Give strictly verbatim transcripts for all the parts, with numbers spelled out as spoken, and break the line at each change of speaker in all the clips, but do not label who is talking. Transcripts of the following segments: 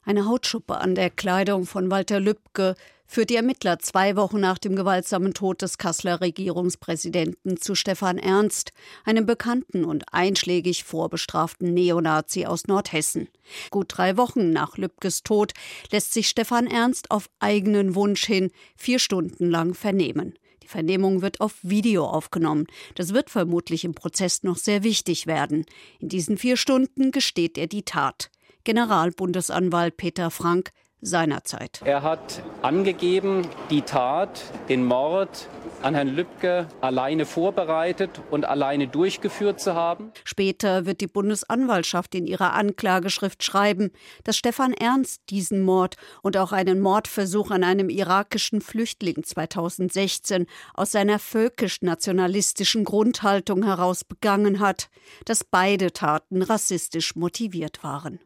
Eine Hautschuppe an der Kleidung von Walter Lübcke führt die Ermittler zwei Wochen nach dem gewaltsamen Tod des Kasseler Regierungspräsidenten zu Stefan Ernst, einem bekannten und einschlägig vorbestraften Neonazi aus Nordhessen. Gut drei Wochen nach Lübckes Tod lässt sich Stefan Ernst auf eigenen Wunsch hin vier Stunden lang vernehmen. Die Vernehmung wird auf Video aufgenommen. Das wird vermutlich im Prozess noch sehr wichtig werden. In diesen vier Stunden gesteht er die Tat. Generalbundesanwalt Peter Frank seinerzeit.
Er hat angegeben, die Tat, den Mord an Herrn Lübcke alleine vorbereitet und alleine durchgeführt zu haben.
Später wird die Bundesanwaltschaft in ihrer Anklageschrift schreiben, dass Stefan Ernst diesen Mord und auch einen Mordversuch an einem irakischen Flüchtling zweitausendsechzehn aus seiner völkisch-nationalistischen Grundhaltung heraus begangen hat, dass beide Taten rassistisch motiviert waren.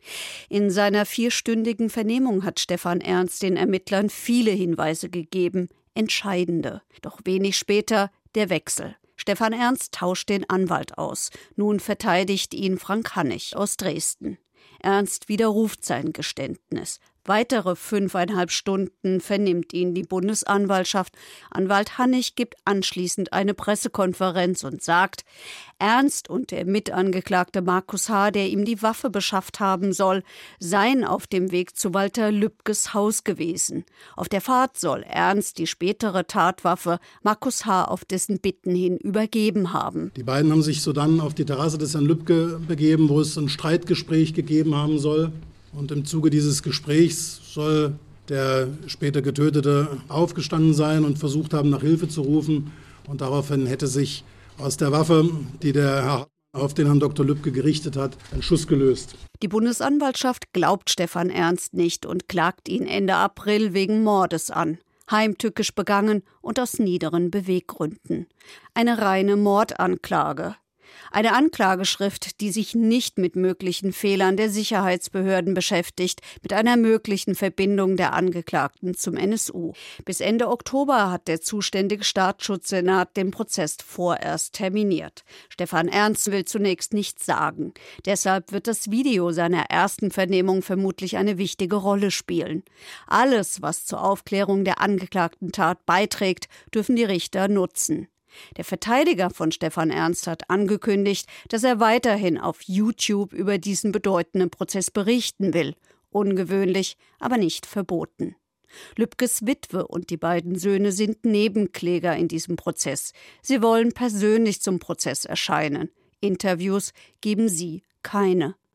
In seiner vierstündigen Vernehmung hat Stefan Ernst den Ermittlern viele Hinweise gegeben, entscheidende. Doch wenig später der Wechsel. Stefan Ernst tauscht den Anwalt aus. Nun verteidigt ihn Frank Hannig aus Dresden. Ernst widerruft sein Geständnis. Weitere fünfeinhalb Stunden vernimmt ihn die Bundesanwaltschaft. Anwalt Hannig gibt anschließend eine Pressekonferenz und sagt, Ernst und der Mitangeklagte Markus H., der ihm die Waffe beschafft haben soll, seien auf dem Weg zu Walter Lübckes Haus gewesen. Auf der Fahrt soll Ernst die spätere Tatwaffe Markus H. auf dessen Bitten hin übergeben haben.
Die beiden haben sich sodann auf die Terrasse des Herrn Lübcke begeben, wo es ein Streitgespräch gegeben haben soll. Und im Zuge dieses Gesprächs soll der später Getötete aufgestanden sein und versucht haben, nach Hilfe zu rufen. Und daraufhin hätte sich aus der Waffe, die der Herr auf den Herrn Doktor Lübcke gerichtet hat, ein Schuss gelöst.
Die Bundesanwaltschaft glaubt Stefan Ernst nicht und klagt ihn Ende April wegen Mordes an. Heimtückisch begangen und aus niederen Beweggründen. Eine reine Mordanklage. Eine Anklageschrift, die sich nicht mit möglichen Fehlern der Sicherheitsbehörden beschäftigt, mit einer möglichen Verbindung der Angeklagten zum N S U. Bis Ende Oktober hat der zuständige Staatsschutzsenat den Prozess vorerst terminiert. Stefan Ernst will zunächst nichts sagen. Deshalb wird das Video seiner ersten Vernehmung vermutlich eine wichtige Rolle spielen. Alles, was zur Aufklärung der angeklagten Tat beiträgt, dürfen die Richter nutzen. Der Verteidiger von Stefan Ernst hat angekündigt, dass er weiterhin auf YouTube über diesen bedeutenden Prozess berichten will. Ungewöhnlich, aber nicht verboten. Lübckes Witwe und die beiden Söhne sind Nebenkläger in diesem Prozess. Sie wollen persönlich zum Prozess erscheinen. Interviews geben sie keine.